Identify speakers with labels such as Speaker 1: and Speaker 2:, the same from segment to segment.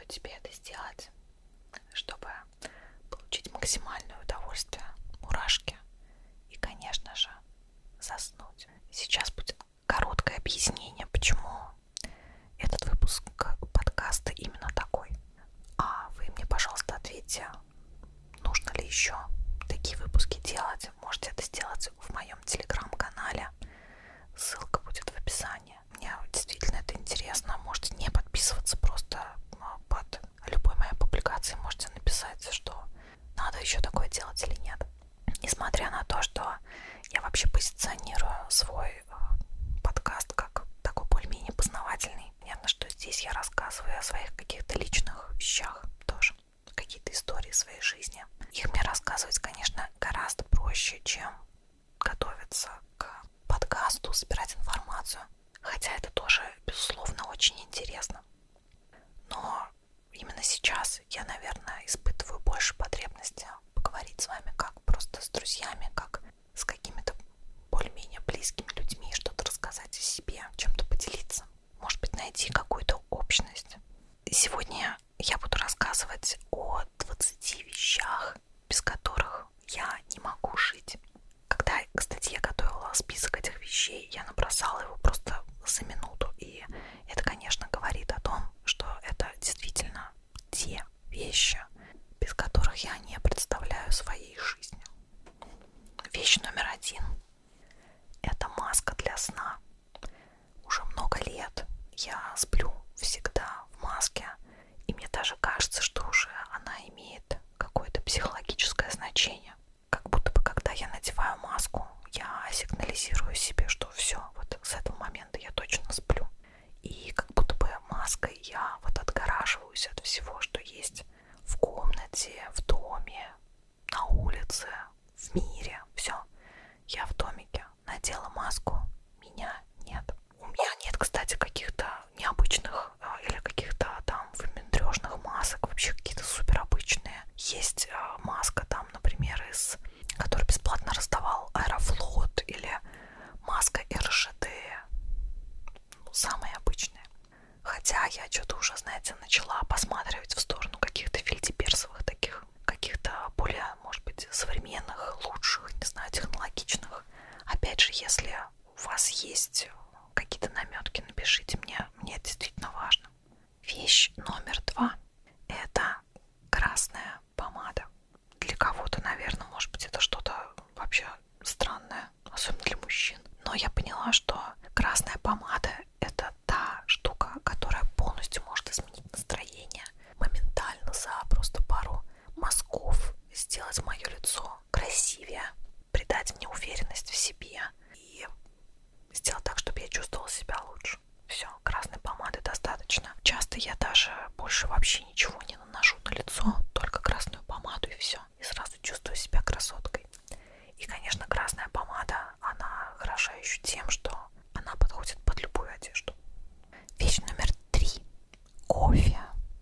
Speaker 1: тебе это сделать, чтобы получить максимальное удовольствие, мурашки и, конечно же, заснуть. Сейчас будет короткое объяснение, почему этот выпуск подкаста именно такой. А вы мне, пожалуйста, ответьте, нужно ли еще такие выпуски делать. Можете это сделать в моем телеграм-канале. Ссылка будет в описании. Мне действительно это интересно. Можете не подписываться, просто под любой моей публикацией можете написать, что надо еще такое делать или нет. Несмотря на то, что я вообще позиционирую свой подкаст как такой более-менее познавательный. Понятно, что здесь я рассказываю о своих каких-то личных вещах тоже. Какие-то истории своей жизни. Их мне рассказывать, конечно, гораздо проще, чем готовиться к подкасту, собирать информацию. Хотя это тоже, безусловно, очень интересно. Но именно сейчас я, наверное, испытываю больше потребности поговорить с вами как просто с друзьями, как с какими-то более-менее близкими людьми, что-то рассказать о себе, чем-то поделиться. Может быть, найти какую-то общность. Сегодня я буду рассказывать о 20 вещах, без которых я не могу жить. Когда, кстати, я готовила список этих вещей, я набросала его просто за минуту. И это, конечно, говорит о том, что это действительно те вещи, без которых я не представляю своей жизни. Вещь номер 1 – это маска для сна. Уже много лет я сплю всегда в маске, и мне даже кажется, что уже она имеет какое-то психологическое значение. Как будто бы, когда я надеваю маску, я сигнализирую себе, что все, вот с этого момента я точно сплю. И как будто бы маской я вот отгораживаюсь от всего, что есть в комнате, в доме, на улице, в мире. Все, я в домике, надела маску, меня нет. У меня нет, кстати, каких-то необычных или каких-то там выпендрежных масок, вообще какие-то супер обычные. Есть маска там, например, которую бесплатно раздавал Аэрофлот, или маска РЖД, самые обычные. Хотя я что-то уже, знаете, начала посматривать в сторону каких-то фельдеперсовых таких, каких-то более, может быть, современных, лучших, не знаю, технологичных. Опять же, если у вас есть какие-то наметки, напишите мне это действительно важно. Вещь номер 2 – это красная помада. Для кого-то, наверное, может быть, это что-то вообще странное, особенно для мужчин. Но я поняла, что красная помада – это та штука, которая полностью может изменить настроение. Моментально за просто пару мазков сделать мое лицо красивее, придать мне уверенность в себе и сделать так, чтобы я чувствовала себя лучше. Все, красной помады достаточно. Часто я даже больше вообще ничего не наношу на лицо, только красную помаду и все. И сразу чувствую себя красоткой. И, конечно, красная помада, она хороша еще тем, что она подходит под любую одежду. Вещь номер 3 – кофе.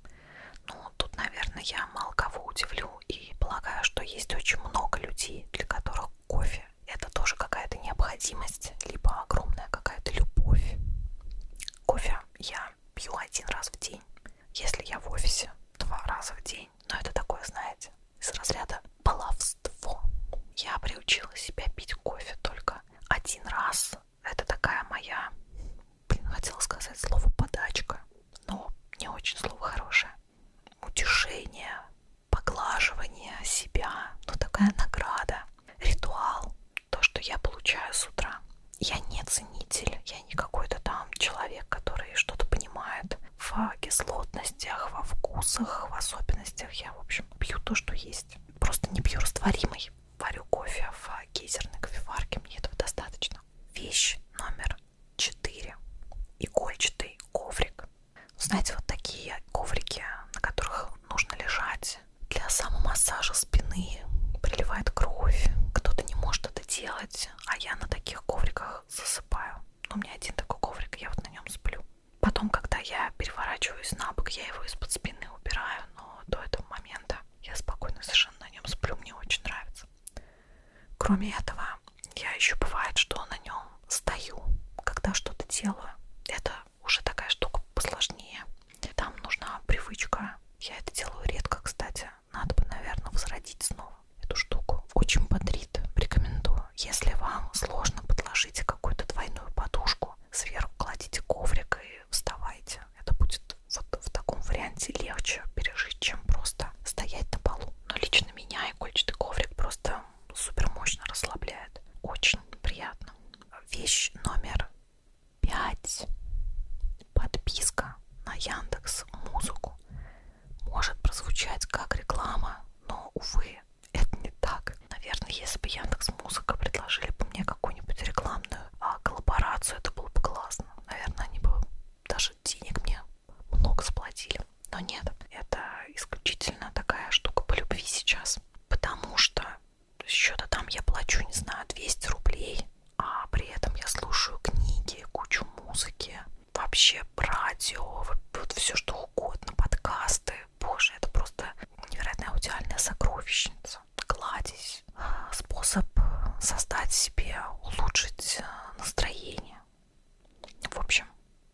Speaker 1: Ну, тут, наверное, я мало кого удивлю и полагаю, что есть очень много людей, для которых кофе – это тоже какая-то необходимость, либо огромная какая-то любовь. Кофе я пью 1 раз в день. Если я в офисе, 2 раза в день. Но это такое, знаете, из разряда баловство. Я приучила себя пить кофе только 1 раз. Это такая моя, хотела сказать слово подачка, но не очень слово хорошее. Утешение, поглаживание себя, ну такая награда, ритуал, то, что я получаю с утра. Я не ценитель, я не какой-то там человек, который что-то понимает в кислотностях, во вкусах, в особенностях. Я, в общем, пью то, что есть. Просто не пью растворимый. Варю кофе в гейзерной кофеварке, мне этого достаточно. Вещь номер 4. Игольчатый коврик. Знаете, вот такие коврики, на которых нужно лежать для самомассажа спины, приливает кровь. Кто-то не может это делать, а я на таких ковриках засыпаю. У меня 1 такой коврик, я вот на нем сплю. Потом, когда я переворачиваюсь на бок, я его из-под спины убираю, но до этого момента я спокойно совершенно на нем сплю, мне очень нравится. Кроме этого, я еще бывает, что на нем стою, когда что-то делаю. Это уже такая штука посложнее. Там нужна привычка моменте легче пережить, чем просто стоять на полу. Но лично меня игольчатый коврик просто супер мощно расслабляет. Очень приятно. Вещь номер 5. Подписка на Яндекс.Музыку. Может прозвучать как реклама, но, увы, это не так. Наверное, если бы Яндекс.Музыка предложили бы мне какую-нибудь рекламную коллаборацию, это было бы классно. Наверное, они бы даже денег мне много заплатили. Но нет, это исключительно такая штука по любви сейчас. Потому что счета там я плачу, не знаю, 200 рублей, а при этом я слушаю книги, кучу музыки, вообще радио, вот все что угодно, подкасты. Боже, это просто невероятная аудиальная сокровищница. Кладезь, способ создать себе, улучшить настроение. В общем,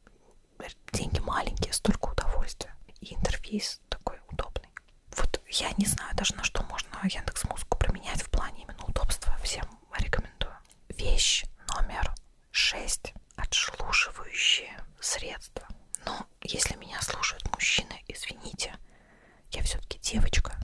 Speaker 1: деньги маленькие, столько удовольствия. И интерфейс такой удобный. Вот я не знаю даже, на что можно Яндекс.Музыку применять в плане именно удобства. Всем рекомендую. Вещь номер 6. Отшелушивающие средства. Но если меня слушают мужчины, извините, я все-таки девочка,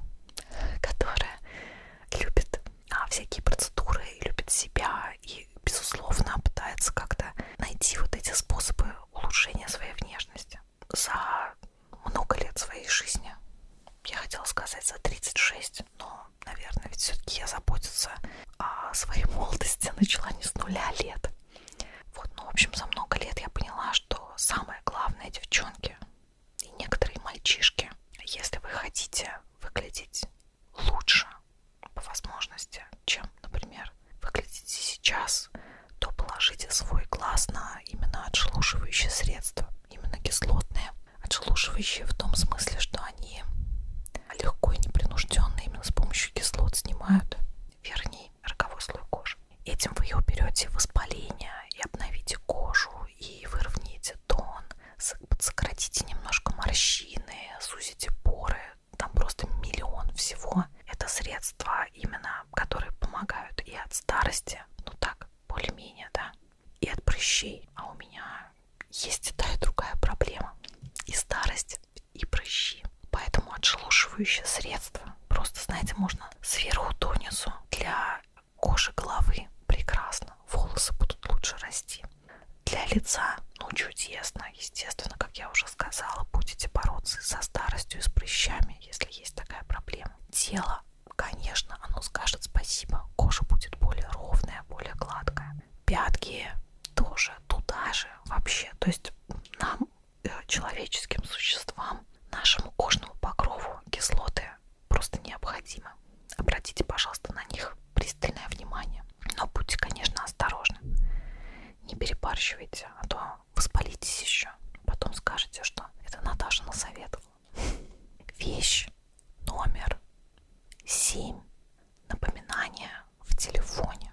Speaker 1: которая любит всякие процедуры, любит себя и, безусловно, пытается как-то найти вот эти способы улучшения своей внешности. За много лет своей жизни, я хотела сказать за 36, но, наверное, ведь все-таки я заботиться о своей молодости начала не с 0 лет. Вот, ну, в общем, за много лет я поняла, что самое главное, девчонки и некоторые мальчишки, если вы хотите выглядеть лучше по возможности, чем, например, выглядите сейчас, то положите свой глаз на именно отшелушивающие средства, именно кислотные. Отшелушивающие в том смысле, что они легко и непринужденно именно с помощью кислот снимают верхний роговой слой кожи. Этим вы ее уберете воспаление и обновите кожу, и выровняете тон, сократите немножко морщины, сузите поры. Там просто миллион всего. Это средства именно, которые помогают и от старости, ну так, более-менее, да, и от прыщей. А у меня есть и та, и другая проблема. И старость, и прыщи. Поэтому отшелушивающее средство просто, знаете, можно сверху донизу. Для кожи головы прекрасно. Волосы будут лучше расти. Для лица, ну, чудесно. Естественно, как я уже сказала, будете бороться со старостью и с прыщами, если есть такая проблема. Тело, конечно, оно скажет спасибо. Кожа будет более ровная, более гладкая. Пятки тоже туда же вообще. То есть нам, человеческим существам, нашему кожному покрову кислоты просто необходимы. Обратите, пожалуйста, на них пристальное внимание. Но будьте, конечно, осторожны. Не перебарщивайте, а то воспалитесь еще. Потом скажете, что это Наташа насоветовала. Вещь номер 7. Напоминание в телефоне.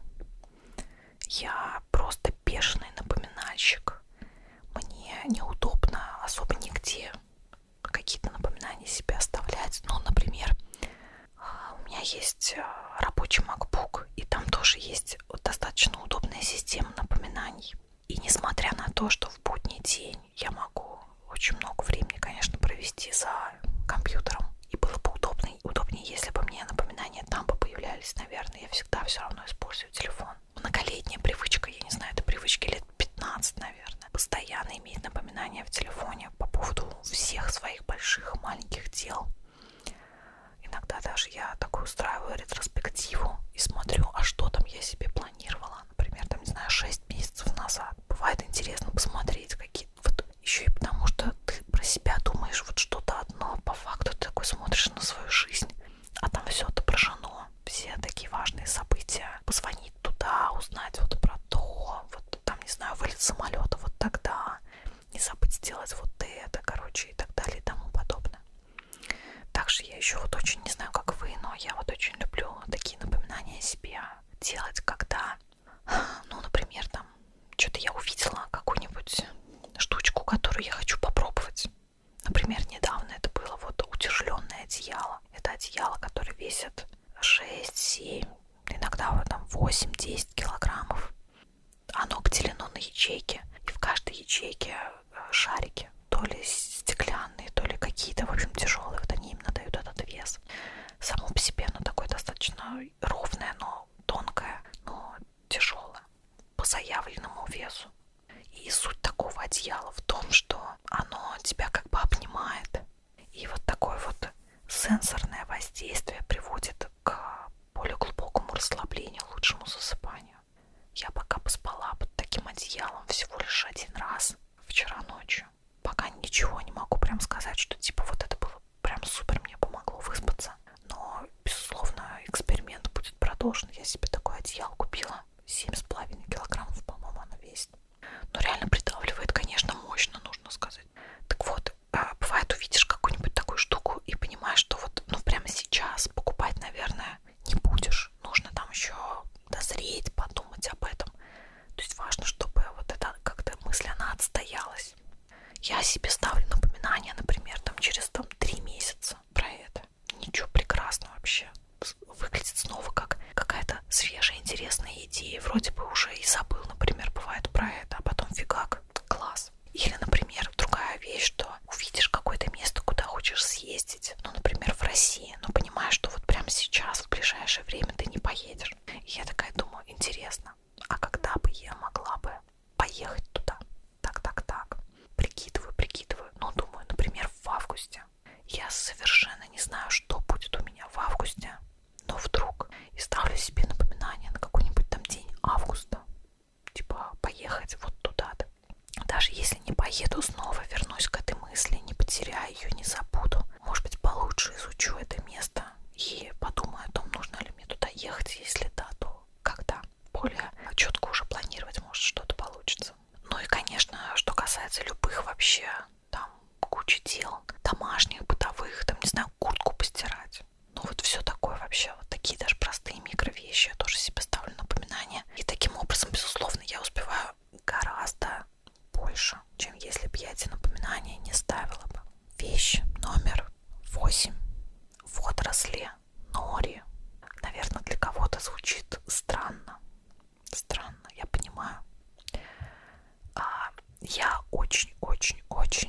Speaker 1: Я просто бешеный напоминальщик. Мне неудобно особо нигде какие-то напоминания себе оставлять. Ну, например, у меня есть рабочий MacBook, и там тоже есть достаточно удобная система напоминаний. И несмотря на то, что в будний день я могу очень много времени, конечно, провести за компьютером, и было бы удобнее, если бы мне напоминания там бы появлялись, наверное, я всегда все равно использую телефон. Многолетняя привычка, я не знаю, это привычки лет 15, наверное, постоянно иметь напоминания в телефоне по поводу всех своих больших и маленьких дел. Иногда даже я такую устраиваю ретроспективу и смотрю, а что там я себе планировала. Например, там, не знаю, 6 месяцев назад. Бывает интересно посмотреть какие-то. Вот еще и потому, что ты про себя думаешь вот что-то одно. По факту ты такой смотришь на свою жизнь, а там все отображено. Все такие важные события. Позвонить туда, узнать вот про то. Вот там, не знаю, вылет самолета вот тогда. Не забыть сделать вот это, короче, и так далее и тому подобное. Также я еще вот очень, не знаю, как вы, но я вот очень люблю такие напоминания о себе делать, когда, ну, например, там, что-то я увидела, какую-нибудь штучку, которую я хочу попробовать. Например, недавно это было вот утяжеленное одеяло. Это одеяло, которое весит 6-7, иногда вот там 8-10 килограммов. Оно поделено на ячейки, и в каждой ячейке шарики. То ли стеклянные, то ли какие-то, в общем, сенсорное воздействие приводит к более глубокому расслаблению, лучшему засыпанию. Я пока поспала под таким одеялом всего лишь один раз вчера ночью. Пока ничего не могу прям сказать, что типа вот это было прям супер, мне помогло выспаться. Но, безусловно, эксперимент будет продолжен. Я себе такое одеяло купила. 7,5 килограммов, по-моему, оно весит. Но реально придавливает, конечно, мощно, нужно сказать. Так вот, бывает, увидишь какую-нибудь такую штуку и понимаешь, что вот, ну, прямо сейчас покупать, наверное, не будешь. Нужно там еще дозреть, подумать об этом. То есть важно, чтобы вот эта как-то мысль, она отстоялась. Я себе ставлю напоминание, например, там через 3 месяца про это. Ничего, прекрасно вообще. Выглядит снова как какая-то свежая, интересная идея. Вроде бы уже и забыл, например, бывает про это, а потом фигак, класс. Или, например, другая вещь, что увидишь какое-то место, куда хочешь съездить, ну, например, в России, но понимаешь, что вот прямо сейчас, в ближайшее время ты не поедешь. И я такая думаю, интересно, а когда бы я могла бы поехать туда? Так. Прикидываю. Ну, думаю, например, в августе. Я совершенно не знаю, что будет у меня в августе, но вдруг и ставлю себе напоминание на какой-нибудь там день августа. Типа поехать вот туда-то. Даже если не поеду, снова вернусь к этой мысли, не потеряю ее, не забуду. Может быть, получше изучу это место и подумаю о том, нужно ли мне туда ехать. Если да, то когда. Более четко уже планировать, может, что-то получится. Ну и, конечно, что касается любых вообще там кучи дел, домашних, бытовых, там, не знаю, куртку постирать. Ну вот все такое вообще, вот такие даже простые микровещи я тоже себе ставлю напоминание. И таким образом, безусловно, я успеваю гораздо больше, чем если бы я эти напоминания не ставила бы. Вещь номер 8. Водоросли, нори. Наверное, для кого-то звучит странно. Странно, я понимаю. Я очень-очень-очень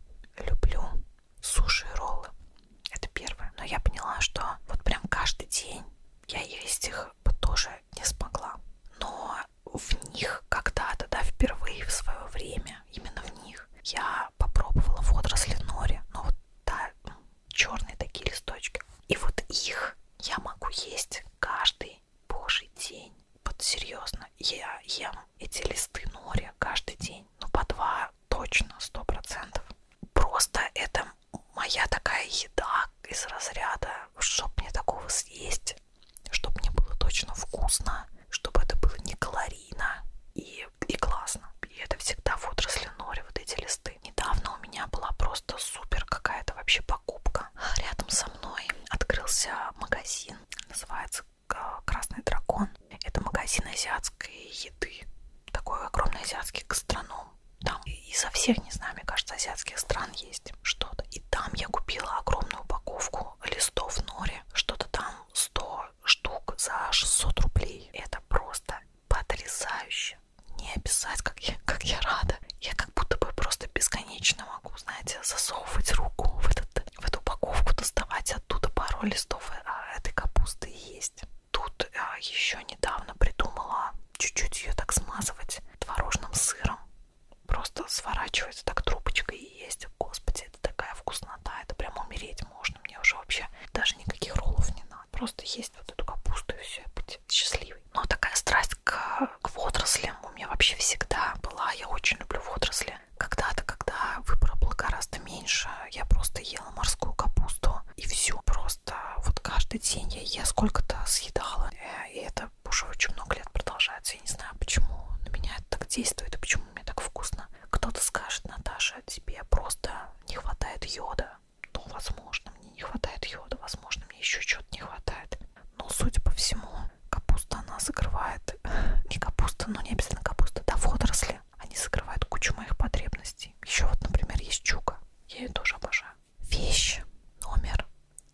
Speaker 1: люблю суши и роллы. Это первое. Но я поняла, что вот прям каждый день я есть их бы тоже не смогла. Но в них когда-то, да, впервые в свое время, именно в них, я попробовала водоросли нори. Ну вот, да, черные такие листочки. И вот их я могу есть каждый божий день. Вот серьезно, я ем эти листы нори каждый день. Ну, по 2 точно, 100%. Просто это моя такая еда из разряда, чтоб мне такого съесть, чтобы мне было точно вкусно, чтобы это было не калорийно и классно. И это всегда водоросли нори, вот эти листы. Недавно у меня была просто супер какая-то вообще покупка. Рядом со мной открылся магазин, называется «Красный дракон». Это магазин азиатской еды. Такой огромный азиатский гастроном. Там изо всех, не знаю, мне кажется, азиатских стран есть что-то. И там я купила огромную упаковку листов нори. Что-то там 100 штук за 600 рублей. Это просто потрясающе. Не описать, как я рада. Я как будто бы просто бесконечно могу, знаете, засовывать руку в эту упаковку, доставать оттуда пару листов этой капусты и есть. Тут еще недавно придумала чуть-чуть ее так смазывать творожным сыром. Просто сворачивается так трубочкой и есть. Господи, это такая вкуснота. Это прям умереть можно. Мне уже вообще даже никаких роллов не надо. Просто есть вот эту капусту и все, быть счастливой. Но такая страсть к водорослям у меня вообще всегда была. Я очень люблю водоросли. Когда-то, когда выбора было гораздо меньше, я просто ела морскую капусту и все. Просто вот каждый день я сколько-то съедала. И это уже очень много лет продолжается. Я не знаю, почему на меня это так действует и почему мне так вкусно. Кто-то скажет: Наташа, тебе просто не хватает йода. Ну, возможно, мне не хватает йода, возможно, мне еще чего-то не хватает. Но, судя по всему, капуста, она закрывает... Не капуста, но не обязательно капуста, да, водоросли. Они закрывают кучу моих потребностей. Еще вот, например, есть чука. Я ее тоже обожаю. Вещь номер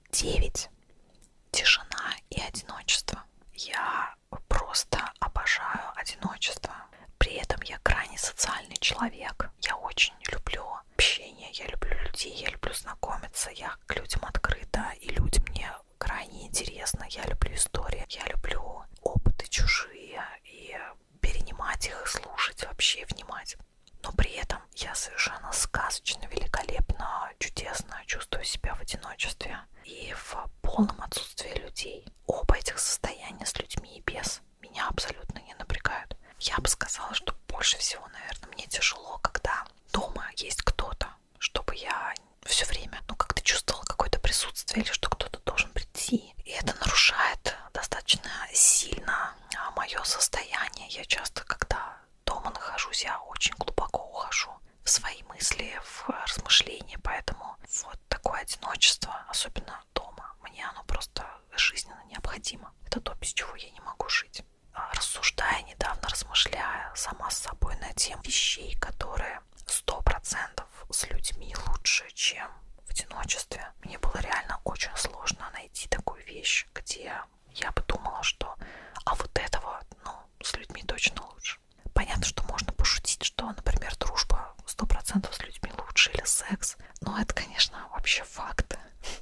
Speaker 1: 9. Тишина и одиночество. Я просто обожаю одиночество. При этом я крайне социальный человек. Я очень люблю общение, я люблю людей, я люблю знакомиться, я к людям открыта, и люди мне крайне интересны. Я люблю истории, я люблю опыты чужие и перенимать их, слушать вообще, внимать. Но при этом я совершенно сказочно, великолепно, чудесно чувствую себя в одиночестве. и в полном отсутствии людей. Оба этих состояния с людьми и без меня абсолютно не напрягают. Я бы сказала, что больше всего, наверное, мне тяжело, когда дома есть кто-то, чтобы я все время, как-то чувствовала какое-то присутствие или что кто-то должен прийти. И это нарушает достаточно сильно мое состояние. Я часто, когда дома нахожусь, я очень глубоко ухожу в свои мысли, в размышления, поэтому вот такое одиночество, особенно дома, мне оно просто жизненно необходимо. Это то, без чего я не могу жить. Рассуждая недавно, размышляя сама с собой на тему вещей, которые 100% с людьми лучше, чем в одиночестве, мне было реально очень сложно найти такую вещь, где я бы думала, что вот этого, с людьми точно лучше. Понятно, что можно пошутить, что, например, дружба 100% с людьми лучше или секс, но это, конечно, вообще факт.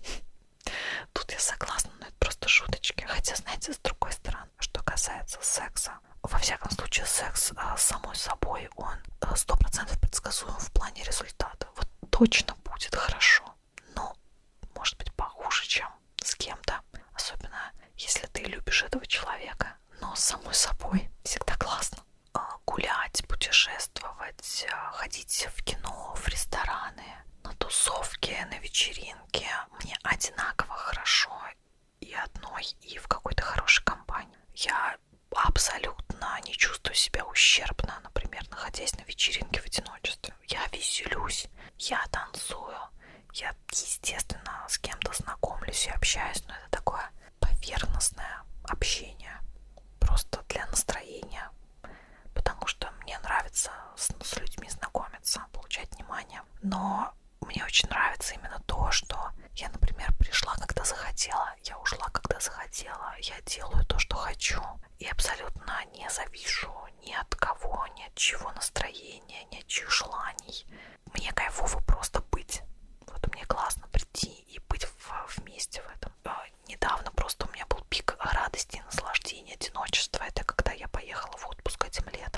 Speaker 1: Тут я согласна, но это просто шуточки. Хотя, знаете, с другой стороны, что касается секса, во всяком случае, секс с самой собой, он 100% предсказуем в плане результата. Вот точно будет хорошо, но может быть похуже, чем с кем-то. Особенно, если ты любишь этого человека. Но с самой собой всегда классно. Гулять, путешествовать, ходить в кино, в рестораны, на тусовки, на вечеринки. Мне одинаково хорошо и одной, и в какой-то хорошей компании. Я абсолютно не чувствую себя ущербно, например, находясь на вечеринке в одиночестве. Я веселюсь, я танцую, я, естественно, с кем-то знакомлюсь и общаюсь, но это такое поверхностное общение, просто для настроения, потому что мне нравится с людьми знакомиться, получать внимание. Но мне очень нравится именно то, что я, например, пришла, когда захотела, я ушла, когда захотела, я делаю то, что хочу, и абсолютно не завишу ни от кого, ни от чего настроения, ни от чьих желаний. Мне кайфово просто быть. Вот мне классно прийти и быть вместе в этом. Недавно просто у меня был пик радости и наслаждения, одиночества. Это когда я поехала в отпуск этим летом.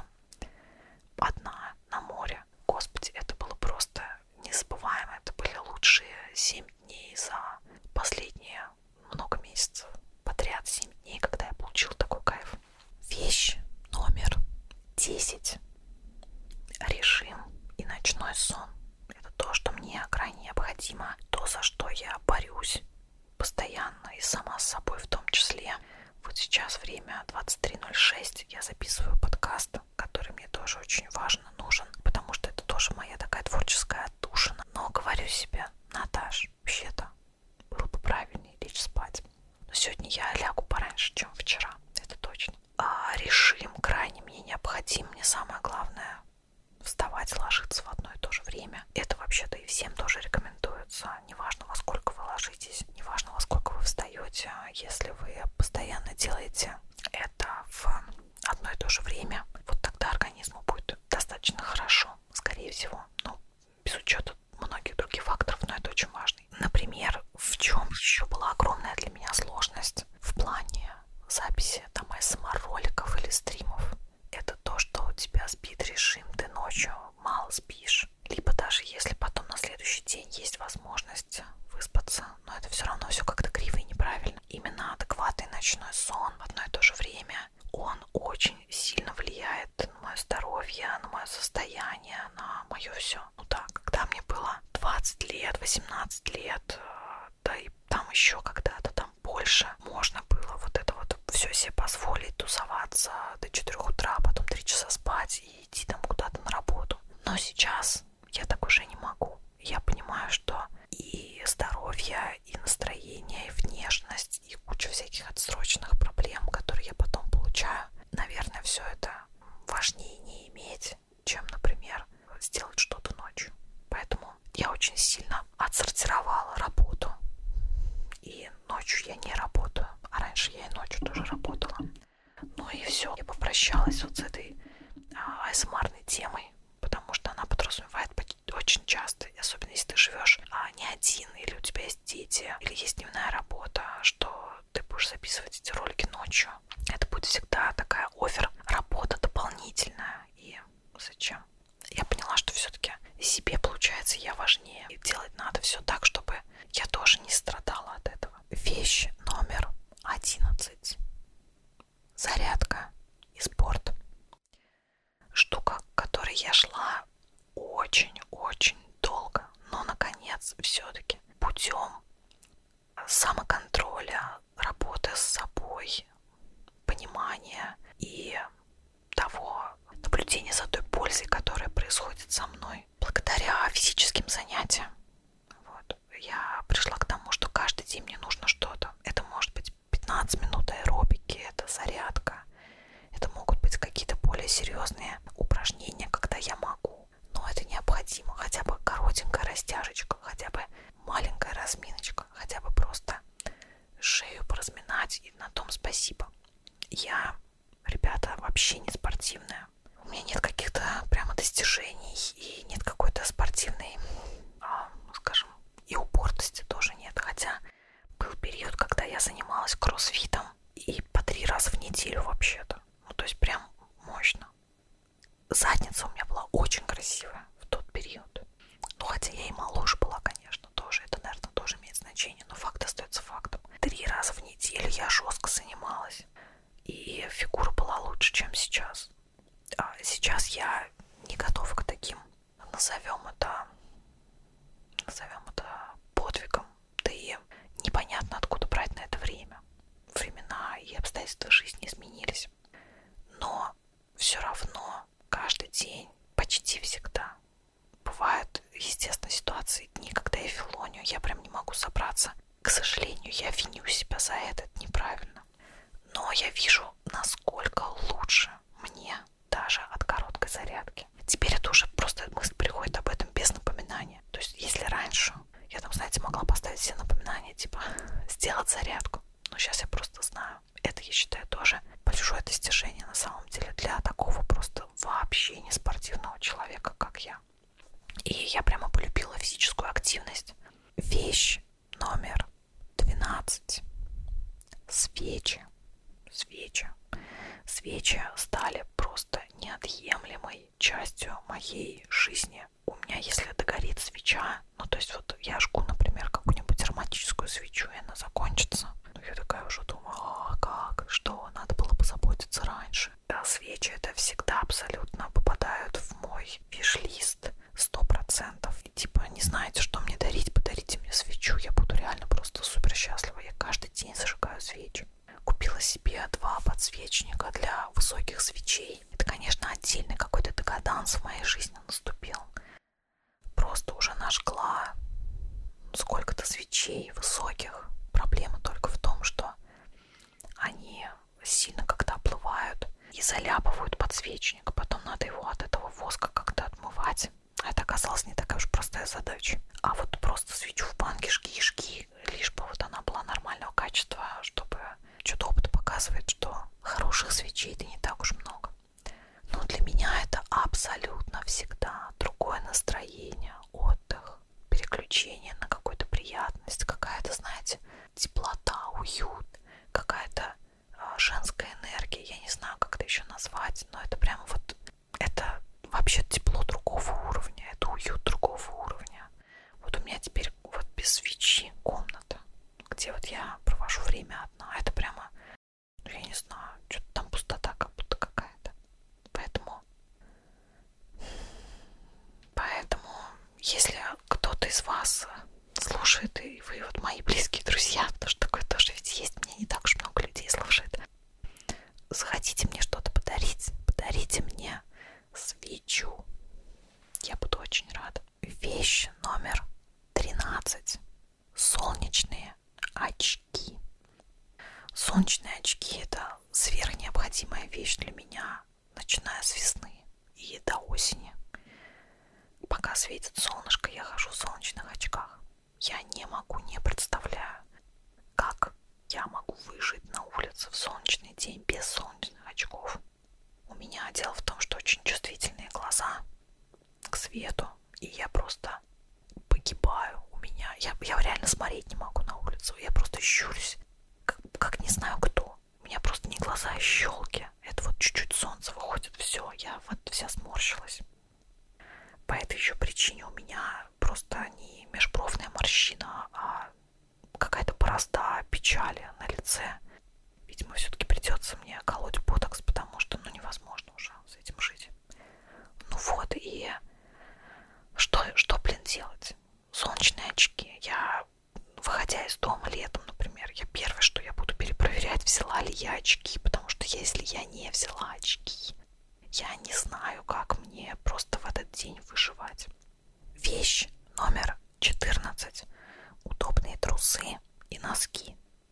Speaker 1: Одна, на море. Господи, это было просто незабываемо. Это были лучшие 7 дней за последние много месяцев. Подряд 7 дней, когда я получила такой кайф. Вещь номер 10. Режим и ночной сон. Это то, что мне крайне необходимо. То, за что я борюсь постоянно и сама с собой в том числе. Вот сейчас время 23:06. Я записываю подкаст, который мне тоже очень важно, нужен, потому что это тоже моя такая творческая отдушина. Но говорю себе: Наташ, вообще-то было бы правильнее лечь спать. Но сегодня я лягу пораньше, чем вчера. Это точно. Режим крайне мне необходим. Мне самое главное вставать, ложиться в одно и то же время. Это вообще-то и всем тоже рекомендуется. Неважно, во сколько вы ложитесь, неважно, во сколько вы встаете. Если вы постоянно делаете это в одно и то же время, вот тогда организму будет достаточно хорошо, скорее всего. Ну, без учета многих других факторов, но это очень важно. Например, в чем еще была огромная для меня сложность в плане записи там АСМР-роликов или стримов. Это то, что у тебя сбит режим, ты ночью мало спишь. Либо даже если потом на следующий день есть возможность выспаться, но это все равно все как-то криво и неправильно. Именно адекватный ночной сон в одно и то же время, он очень сильно влияет на мое здоровье, на мое состояние, на мое все. Ну да, когда мне было 20 лет, 18 лет, да и там еще когда-то там больше, можно было вот это вот все себе позволить, тусоваться до 4 утра, потом 3 часа спать и идти там куда-то на работу. Но сейчас я так уже не могу. Я понимаю, что и здоровье, и настроение, и внешность, и куча всяких отсроченных проблем, которые я потом получаю, наверное, все это важнее не иметь, чем, например, сделать что-то ночью. Поэтому я очень сильно отсортировала работу. И ночью я не работаю. А раньше я и ночью тоже работала. Ну и все. Я попрощалась вот с этой АСМРной темой, потому что она подразумевает очень часто, особенно если ты живешь не один, или у тебя есть дети, или есть дневная работа, что ты будешь записывать эти ролики ночью. Это будет всегда такая работа дополнительная. И зачем? Я поняла, что все-таки себе, получается, я важнее. И делать надо все так, чтобы я тоже не страдала от этого. самоконтроля, работы с собой, понимания и того наблюдения за той пользой, которая происходит со мной благодаря физическим занятиям. Вот. Я пришла к тому, что каждый день мне нужно что-то. Это может быть 15 минут аэробики, это зарядка, это могут быть какие-то более серьезные упражнения, когда я могу. Но это необходимо. Хотя бы коротенькая растяжечка, хотя бы маленькая разминочка, хотя бы просто шею поразминать, и на том спасибо. Я, ребята, вообще не спортивная. У меня нет каких-то прямо достижений и нет какой-то спортивной, скажем, и упортости тоже нет. Хотя был период, когда я занималась кроссфитом и по 3 раза в неделю вообще-то. Ну, то есть прям мощно. Задница у меня была очень красивая в тот период. Ну, хотя я и моложе была, конечно, тоже. Это, наверное, тоже имеет значение. Но факт остается фактом. 3 раза в неделю я жестко занималась. И фигура была лучше, чем сейчас. А сейчас я не готова к таким, назовем это подвигом. Да и непонятно, откуда брать на это время. Времена и обстоятельства жизни изменились. Но все равно каждый день, почти всегда, бывают, естественно, ситуации, дни, когда я филоню, я прям не могу собраться. К сожалению, я виню себя за это неправильно. Но я вижу, насколько лучше мне даже от короткой зарядки. Теперь это уже просто мысль приходит об этом без напоминания. То есть, если раньше я там, знаете, могла поставить себе напоминание, типа, сделать зарядку. Но сейчас я просто знаю. Это, я считаю, тоже большое достижение на самом деле для такого просто вообще не спортивного человека, как я. И я прямо полюбила физическую активность. Вещь номер 12. Свечи. Свечи стали просто неотъемлемой частью моей жизни. У меня, если догорит свеча, ну то есть вот я жгу, например, какую-нибудь ароматическую свечу, и она закончится, ну я такая уже думаю, как, что, надо было позаботиться раньше. Да, свечи это всегда абсолютно попадают в мой виш-лист 100%. И типа, не знаете, что мне дарить, подарите мне свечу, я буду реально просто супер счастлива. Я каждый день зажигаю свечи. Купила себе 2 подсвечника для высоких свечей. Это, конечно, отдельный какой-то декаданс в моей жизни наступил. Просто уже нажгла сколько-то свечей высоких. Проблема только в том, что они сильно как-то оплывают и заляпывают подсвечник. Потом надо его от этого воска как-то отмывать. Это оказалось не такая уж простая задача. А вот просто свечу в банке жги, лишь бы вот она была нормального качества, чтобы что-то опыт показывает, что хороших свечей-то не так уж много. Но для меня это абсолютно всегда другое настроение, отдых, переключение на какую-то приятность, какая-то, знаете, теплота, уют, какая-то женская энергия, я не знаю, как это еще назвать, но это прямо вот, это вообще тепло другого уровня, это уют другого уровня. Вот у меня теперь вот без свечи комната, где вот я провожу время одна, это прямо, я не знаю, что-то там пустота как будто какая-то. Поэтому, если кто-то из вас слушает, и вы вот мои близкие друзья, потому что такое тоже ведь есть, мне не так уж много людей слушает, захотите мне что-то подарить, подарите мне свечу. Я буду очень рада. Вещь номер 13. Солнечные очки. Солнечные очки — это сверхнеобходимая вещь для меня, начиная с весны и до осени. Пока светит солнышко, я хожу в солнечных очках. Я не представляю, как я могу выжить на улице в солнечный день без солнечных очков. У меня дело в том, что очень чувствительные глаза к свету, и я просто погибаю. Я реально смотреть не могу на улицу. Я просто щурюсь, как не знаю кто. У меня просто не глаза, а щелки. Это вот чуть-чуть солнце выходит, все, я вот вся сморщилась. По этой еще причине у меня просто не межбровная морщина, а какая-то борозда печали на лице. Видимо, все-таки придется мне колоть ботокс, потому что невозможно уже с этим жить. Ну вот, и что, блин, делать? Солнечные очки. Я, выходя выходя из дома летом, например, первое, что я буду перепроверять, взяла ли я очки, потому что если я не взяла очки, я не знаю, как мне просто в этот день выживать. Вещь номер 14. Удобные трусы и носки.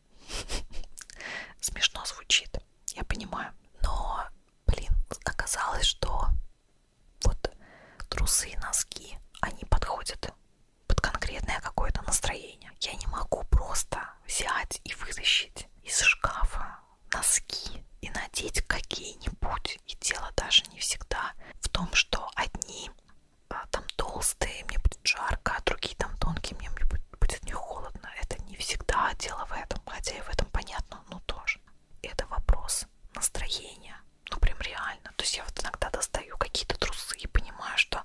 Speaker 1: Смешно звучит, я понимаю, но, оказалось, что вот трусы и носки, они подходят под конкретное какое-то настроение. Я не могу просто взять и вытащить из шкафа носки и надеть какие-нибудь. И дело даже не всегда в том, что одни там толстые, мне будет жарко, а другие там тонкие, мне будет не холодно. Это не всегда дело в этом, хотя и в этом понятно, но тоже. Это вопрос настроения. Ну прям реально. То есть я вот иногда достаю какие-то трусы и понимаю, что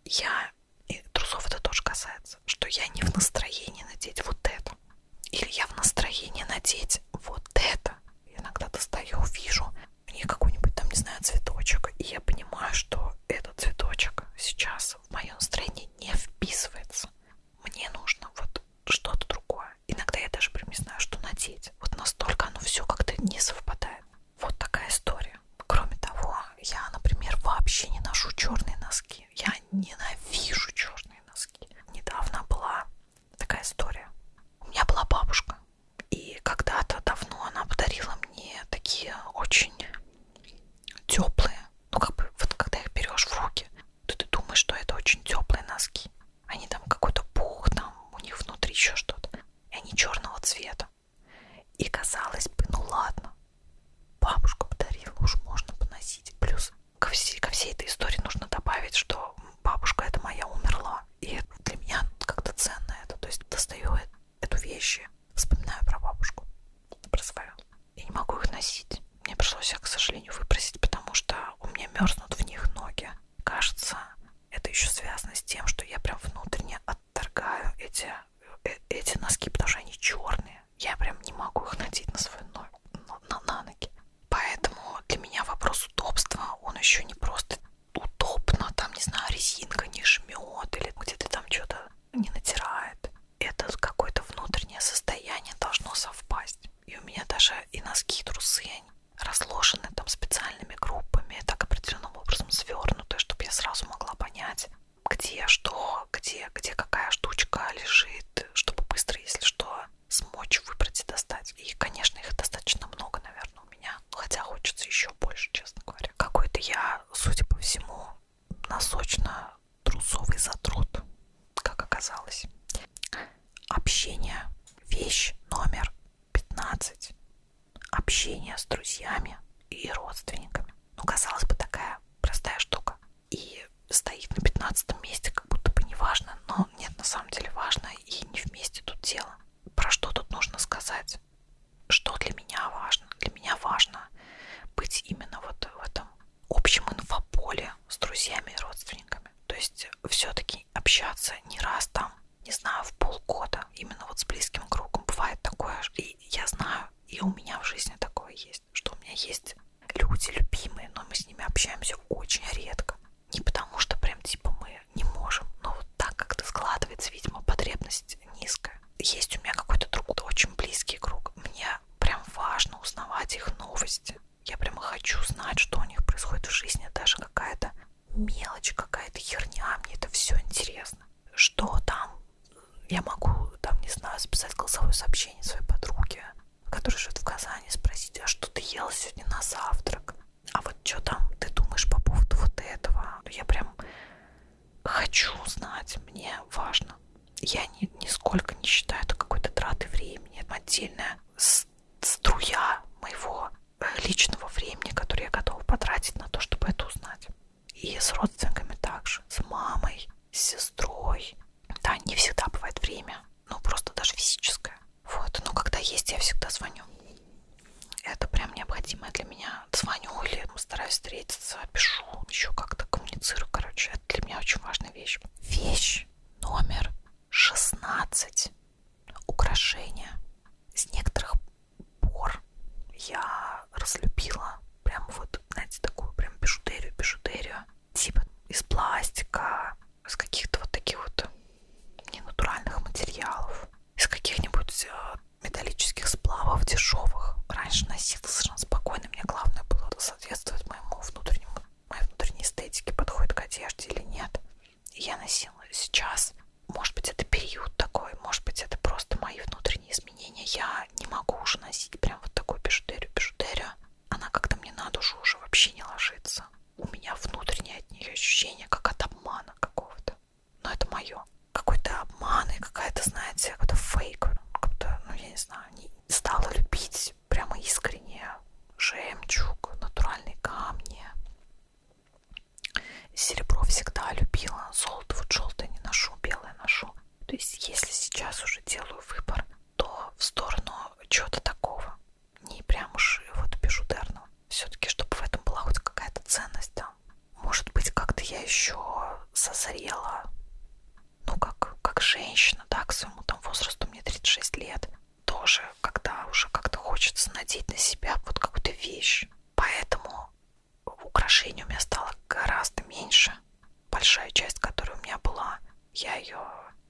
Speaker 1: и трусов это тоже касается, что я не в настроении надеть вот это. Или я в настроении надеть вот это. Иногда достаю, вижу в ней какой-нибудь там, не знаю, цветочек, и я понимаю, что этот цветочек сейчас в мое настроение не вписывается. Мне нужно вот что-то другое. Иногда я даже прям не знаю, что надеть. Вот настолько оно все как-то не совпадает. Вот такая история. Кроме того, я, например, вообще не ношу черные носки. Я ненавижу черные носки. Недавно была такая история. У меня была бабушка. И когда-то давно она подарила мне такие очень теплые. Ну, как бы, вот когда их берешь в руки, то ты думаешь, что это очень теплые носки. Они там какой-то пух, там у них внутри еще что-то. И они черного цвета. И казалось бы, ну ладно. Бабушка подарила, уж можно поносить. Плюс ко всей этой истории нужно добавить, что бабушка эта моя умерла. И для меня как-то ценно это. То есть достаю эту вещь, вспоминаю про бабушку, про свою. Я не могу их носить. Мне пришлось их, к сожалению, выбросить, потому что у меня мерзнут в них ноги. Кажется, это еще связано с тем, что я прям внутренне отторгаю эти носки, потому что они черные. Я прям не могу их надеть на свою ногу, на ноги. Поэтому для меня вопрос удобства, он еще не просто удобно, там, не знаю, резинка не жмет или где-то там что-то не натирает. Это какое-то внутреннее состояние должно совпасть. И у меня даже и носки, и трусы, они разложены там специальными группами, так определенным образом свернуты, чтобы я сразу могла понять, где что, где какая штучка лежит, чтобы быстро, если что, смочь выбрать и достать. И, конечно, их достаточно много, наверное, у меня, хотя хочется еще больше, честно говоря. Какой-то я, судя по всему, носочно-трусовый задрот, как оказалось. Общение. Вещь номер 15. Общение с друзьями и родственниками. Ну, казалось бы, такая простая штука. И стоит на 15 месте, как будто бы не важно. Но нет, на самом деле важно, и не вместе тут дело. Про что тут нужно сказать? Что для меня важно? Для меня важно быть именно вот в этом общем инфополе с друзьями и родственниками. То есть все-таки общаться не раз там, не знаю, в полгода, именно вот с близким кругом. Бывает такое, и я знаю, и у меня в жизни такое есть, что у меня есть люди любимые, но мы с ними общаемся очень редко. Не потому что прям типа мы не можем, но вот так как-то складывается, видимо, потребность низкая. Есть у меня какой-то другой очень близкий круг. Мне прям важно узнавать их новости. Я прямо хочу знать, что у них происходит в жизни, даже какая-то мелочь, какая-то херня. Мне это все интересно. Что там? Я могу, там, не знаю, записать голосовое сообщение своей подруге, которая живет в Казани, спросить, а что ты ела сегодня на завтрак? А вот что там ты думаешь по поводу вот этого? Я прям хочу знать, мне важно. Я нисколько не считаю это какой-то тратой времени. Это отдельная струя моего личного времени, которое я готова потратить на то, чтобы это узнать. И с родственниками также, с мамой, с сестрой. Да, не всегда бывает время, ну просто даже физическое. Вот, но когда есть, я всегда звоню. Это прям необходимое для меня. Звоню или стараюсь встретиться, пишу, еще как-то коммуницирую. Короче, это для меня очень важная вещь. Вещь номер 16. Украшения. С некоторых пор я разлюбила прям вот, знаете, такую прям бижутерию. Типа из пластика, из каких-то вот таких вот ненатуральных материалов, из каких-нибудь тоже, когда уже как-то хочется надеть на себя вот какую-то вещь. Поэтому украшений у меня стало гораздо меньше. Большая часть, которая у меня была, я ее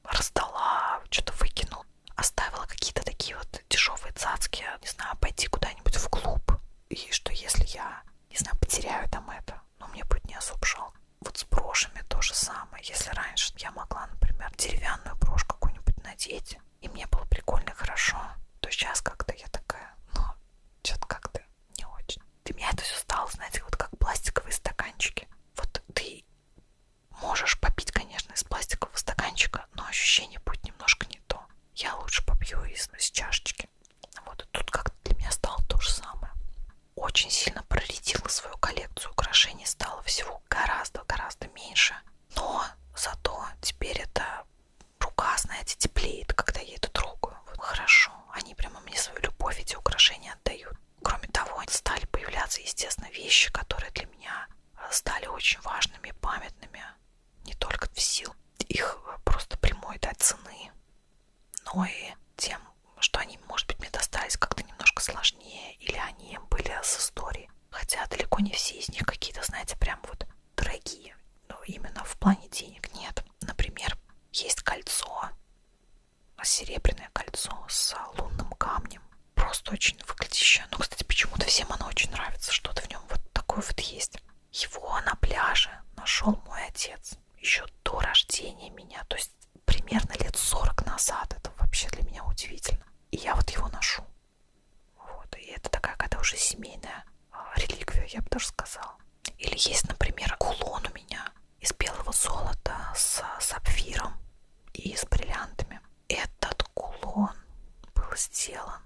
Speaker 1: раздала, что-то выкинул. Оставила какие-то такие вот дешевые цацки, не знаю, пойти куда-нибудь в клуб. И что если я, не знаю, потеряю там это, но мне будет не особо жалко. Вот с брошами то же самое. Если раньше я могла, например, деревянную брошь какую-нибудь надеть, и мне было прикольно и хорошо, то сейчас как-то я такая, ну, что-то как-то не очень. Для меня это все стало, знаете, вот как пластиковые стаканчики. Вот ты можешь попить, конечно, из пластикового стаканчика, но ощущение будет немножко не то. Я лучше попью из чашечки. Вот, и тут как-то для меня стало то же самое. Очень сильно проредила свою коллекцию украшений, стало всего гораздо меньше. Но зато теперь это рука, знаете, теплеет, когда я это трогаю. Вот хорошо, они прямо мне свою любовь, эти украшения отдают. Кроме того, стали появляться, естественно, вещи, которые для меня стали очень важными, памятными. Не только в силу их просто прямой цены, но и тем, что они, может быть, мне достались как-то немножко сложнее, или они были с историей. Хотя далеко не все из них какие-то, знаете, прям вот дорогие. Но именно в плане денег нет. Например, есть кольцо, серебряное кольцо с лунным камнем. Просто очень выглядящее. Ну, кстати, почему-то всем оно очень нравится. Что-то в нем вот такое вот есть. Его на пляже нашел мой отец еще до рождения меня. То есть примерно лет 40 назад. Это вообще для меня удивительно. И я вот его ношу. Вот. И это такая какая-то уже семейная реликвия, я бы даже сказала. Или есть, например, кулон у меня из белого золота с сапфиром и с бриллиантами. Этот кулон был сделан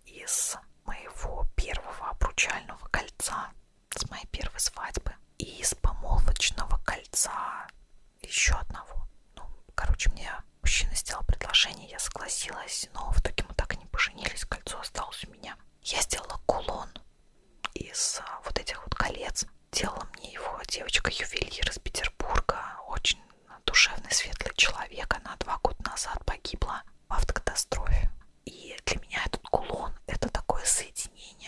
Speaker 1: из моего первого обручального кольца с моей первой свадьбы и из помолвочного кольца еще одного. Ну, короче, мне мужчина сделал предложение, я согласилась, но в итоге мы так и не поженились, кольцо осталось у меня. Я сделала кулон из вот этих вот колец. Делала мне его девочка-ювелир из Петербурга, очень душевный, светлый человек. Она 2 года назад погибла в автокатастрофе. И для меня этот кулон — это такое соединение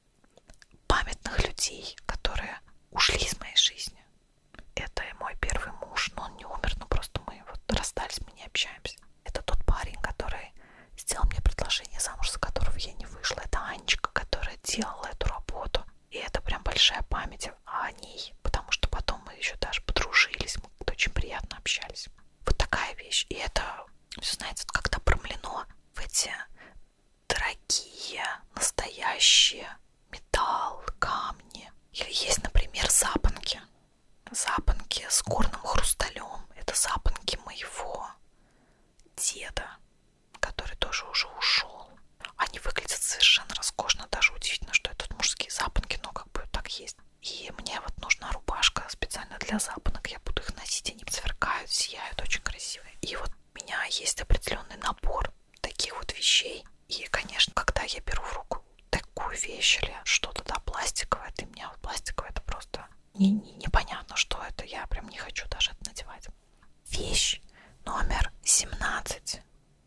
Speaker 1: памятных людей, которые ушли из моей жизни. Это и мой первый муж, но он не умер, но просто мы вот расстались, мы не общаемся. Это тот парень, который сделал мне предложение замуж, за которого я не вышла. Это Анечка, которая делала эту работу. И это прям большая память о ней, потому что потом мы еще даже подружились, мы очень приятно общались. Вот такая вещь. И это, все знаете, как-то промлено в эти дорогие, настоящие металл, камни. Или есть, например, запонки. Запонки с горным хрусталем. Это запонки моего деда, который тоже уже ушел. Они выглядят совершенно роскошно. Даже удивительно, что это мужские запонки, но как бы так есть. И мне вот нужна рубашка специально для запонок. Я буду их носить, они сверкают, сияют, очень красивые. И вот у меня есть определенный набор таких вот вещей. И, конечно, когда я беру в руку такую вещь или что-то, да, пластиковое, для меня вот пластиковое — это просто непонятно, что это. Я прям не хочу даже это надевать. Вещь номер 17.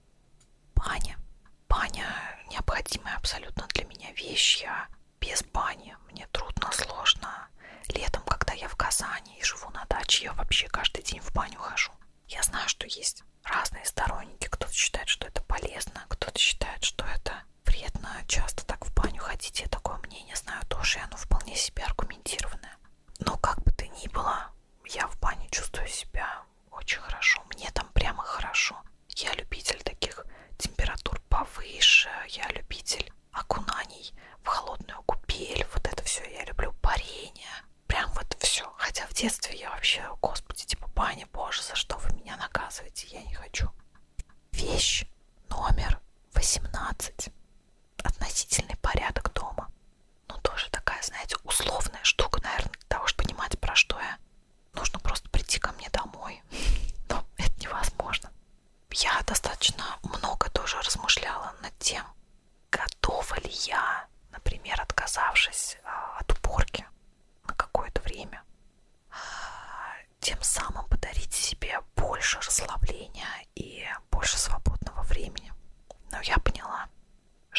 Speaker 1: Баня. Баня — необходимая абсолютно для меня вещь. Я без бани мне трудно, сложно. Летом, когда я в Казани и живу на даче, я вообще каждый день в баню хожу. Я знаю, что есть разные сторонники. Кто-то считает, что это полезно, кто-то считает, что это вредно. Часто так в баню ходить, я такое мнение знаю тоже, и оно вполне себе аргументированное. Но как бы то ни было, я в бане чувствую себя очень хорошо. Мне там прямо хорошо. Я любитель таких температур повыше. Я любитель окунаний в холодную купель. Вот это все я люблю. Парение. Прям вот все. Хотя в детстве я вообще, господи, типа баня, боже, за что вы меня наказываете? Я не хочу. Вещь номер 18. Относительный порядок дома. Ну, тоже такая, знаете, условная штука, наверное, для того, чтобы понимать, про что я. Нужно просто прийти ко мне домой. Но это невозможно. Я достаточно много тоже размышляла над тем, готова ли я, например, отказавшись от уборки на какое-то время, тем самым подарить себе больше расслабления и больше свободного времени. Но я поняла,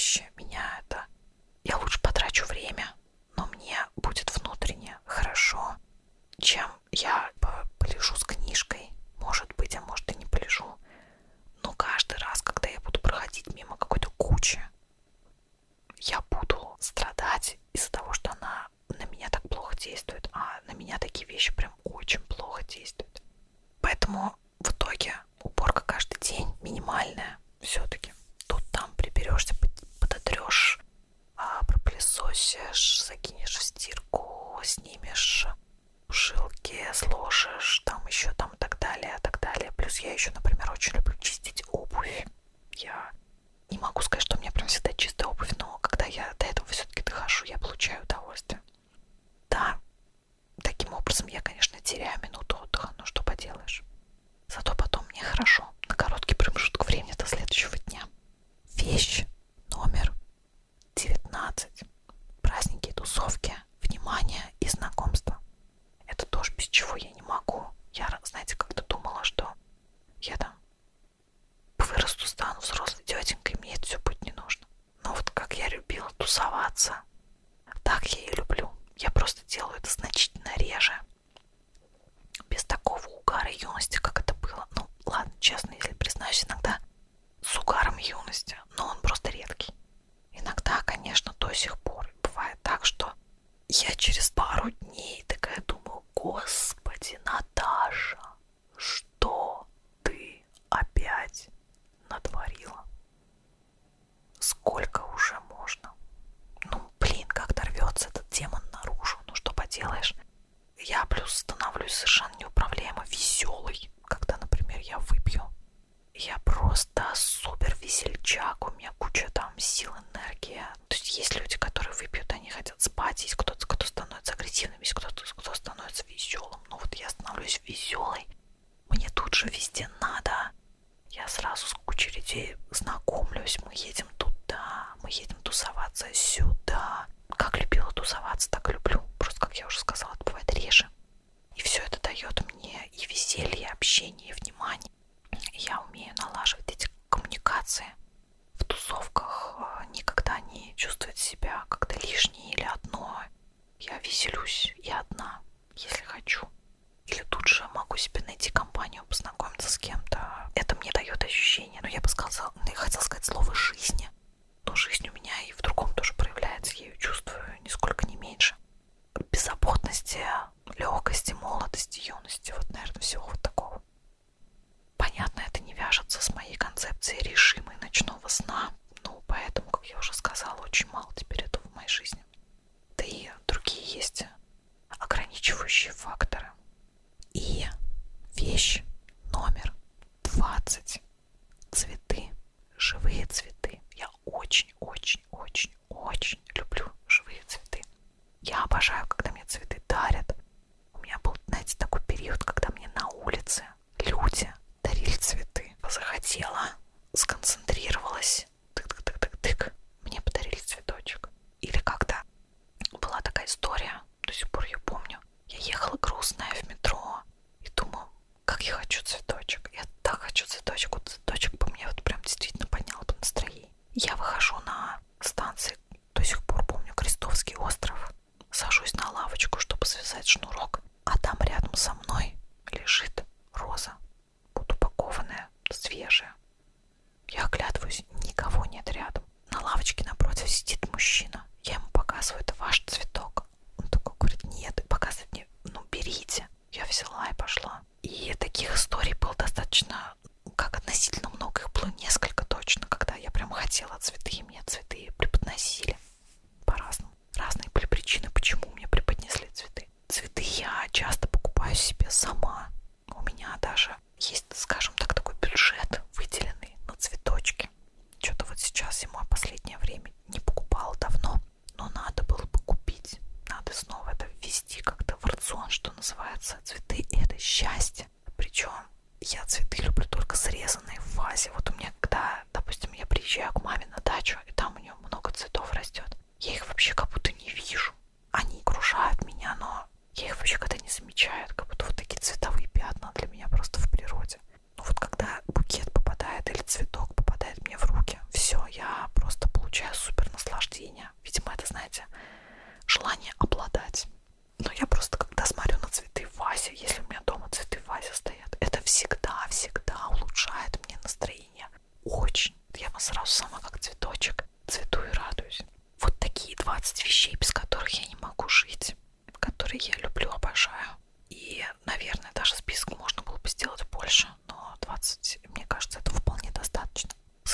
Speaker 1: вещи. Меня это... Я лучше потрачу время, но мне будет внутренне хорошо, чем я полежу с книжкой. Может быть, а может и не полежу. Но каждый раз, когда я буду проходить мимо какой-то кучи, я буду страдать из-за того, что она на меня так плохо действует. А на меня такие вещи прям очень плохо действуют. Поэтому в итоге уборка каждый день минимальная. Все-таки тут там приберешься, подотрешь, пропылесосишь, закинешь в стирку, снимешь жилки, сложишь, там еще там и так далее, и так далее. Плюс я еще, например, очень люблю чистить обувь. Я не могу сказать, что у меня прям всегда чистая обувь, но когда я до этого все-таки дохожу, я получаю удовольствие. Да, таким образом я, конечно, теряю минуту отдыха, но что поделаешь. Зато потом мне хорошо, на короткий промежуток времени до следующего дня. Вещь номер 19. Праздники и тусовки, внимание и знакомство. Это тоже без чего я не могу. Я, знаете, как-то думала, что я там вырасту, стану взрослой тетенькой, мне это все будет не нужно. Но вот как я любила тусоваться, так я и люблю. Я просто делаю это значительно реже. Без такого угара юности, как это было. Ну, ладно, честно, если признаюсь, иногда с угаром юности, но он просто редкий. Иногда, конечно, до сих пор бывает так, что я через пару дней такая думаю: господи, Наташа, что ты опять натворила? Сколько уже можно? Ну, блин, как-то рвется этот демон наружу. Ну, что поделаешь? Я плюс становлюсь совершенно неуправляемо веселой, когда, например, я выпью. Я просто супер весельчак, у меня куча там сил, энергии. То есть есть люди, которые выпьют, они хотят спать, есть кто-то, кто становится агрессивным, есть кто-то, кто становится веселым. Ну вот я становлюсь веселой, мне тут же везде надо. Я сразу с кучей людей знакомлюсь, мы едем туда, мы едем тусоваться сюда. Как любила тусоваться, так и люблю. Просто, как я уже сказала, это бывает реже. И все это дает мне и веселье, и общение, и внимание. Я умею налаживать эти коммуникации. В тусовках никогда не чувствовать себя как-то лишней или одной. Я веселюсь и одна, если хочу. Или тут же могу себе найти компанию, познакомиться с кем-то. Это мне дает ощущение, ну я бы сказала, я хотела сказать слово жизни. Но жизнь у меня и в другом тоже проявляется. Я ее чувствую нисколько не меньше. Беззаботности, легкости, молодости, юности. Вот, наверное, всего вот такого. Понятно, это не вяжется с моей концепцией режима и ночного сна. Ну, поэтому, как я уже сказала, очень мало теперь этого в моей жизни. Да и другие есть ограничивающие факторы. И вещь номер 20. Цветы. Живые цветы. Я очень-очень-очень-очень люблю живые цветы. Я обожаю, когда мне цветы дарят. У меня был, знаете, такой период, когда мне на улице люди дарили цветы. Захотела, сконцентрировалась, тык-тык-тык-тык, мне подарили цветочек. Или когда была такая история, до сих пор ее помню. Я ехала грустная в метро и думаю, как я хочу цветочек. Я так хочу цветочек. Вот цветочек бы мне вот прям действительно поднял бы настроение. Я выхожу на станции, до сих пор помню, Крестовский остров. Сажусь на лавочку, чтобы связать шнурок, а там рядом со мной лежит роза, вот упакованная, свежая. Я оглядываюсь, никого нет рядом. На лавочке напротив сидит мужчина. Я ему показываю: это ваш цветок. Он такой говорит: нет, и показывает мне: ну берите. Я взяла и пошла. И таких историй было достаточно, как относительно много, их было несколько точно, когда я прям хотела цветы, и мне цветы преподносили по-разному. Разные были причины, почему мне преподнесли цветы. Цветы я часто покупаю себе сама. У меня даже есть, скажем так, такой бюджет выделенный на цветочки. Что-то вот сейчас зимой последнее время не покупала давно, но надо было бы купить. Надо снова это ввести как-то в рацион, что называется. Цветы — это счастье. Причем я цветы люблю только срезанные в вазе. Вот у меня, когда, допустим, я приезжаю к маме на дачу, и там у нее много цветов растет, я их вообще как будто не вижу. Они окружают меня, но я их вообще когда не замечаю. Как будто вот такие цветовые пятна для меня просто в природе. Ну вот когда букет попадает или цветок попадает мне в руки, все, я просто получаю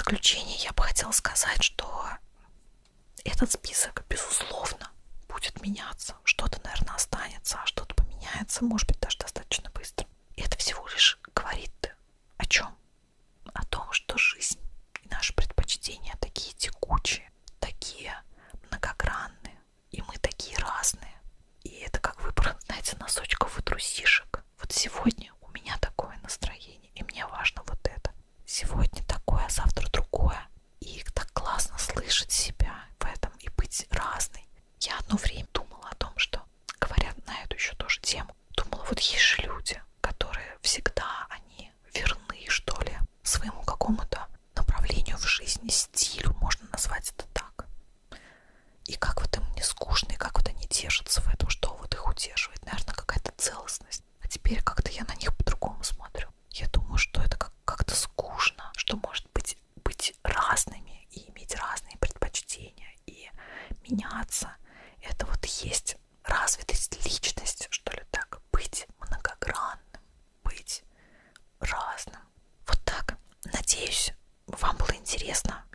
Speaker 1: заключение я бы хотела сказать, что этот список, безусловно, будет меняться. Что-то, наверное, останется, а что-то поменяется, может быть, даже достаточно быстро. И это всего лишь говорит о чем? О том, что жизнь и наши предпочтения такие текучие, такие многогранные, и мы такие разные. И это как выбор, знаете, носочков и трусишек. Вот сегодня у меня такое настроение, и мне важно вот это. Сегодня такое, а завтра другое. И так классно слышать себя в этом и быть разной. Я одно время думала о том, что, говоря на эту еще тоже тему, думала, вот есть же люди, которые всегда, они верны, что ли, своему какому-то направлению в жизни, стилю, можно назвать это так. И как вот им не скучно, и как вот они держатся в этом, что вот их удерживает, наверное, какая-то целостность. А теперь как-то я на них по-другому смотрю. Я думаю, что это как-то скучно, что может быть разными и иметь разные предпочтения и меняться. Это вот есть развитость личности, что ли, так, быть многогранным, быть разным. Вот так. Надеюсь, вам было интересно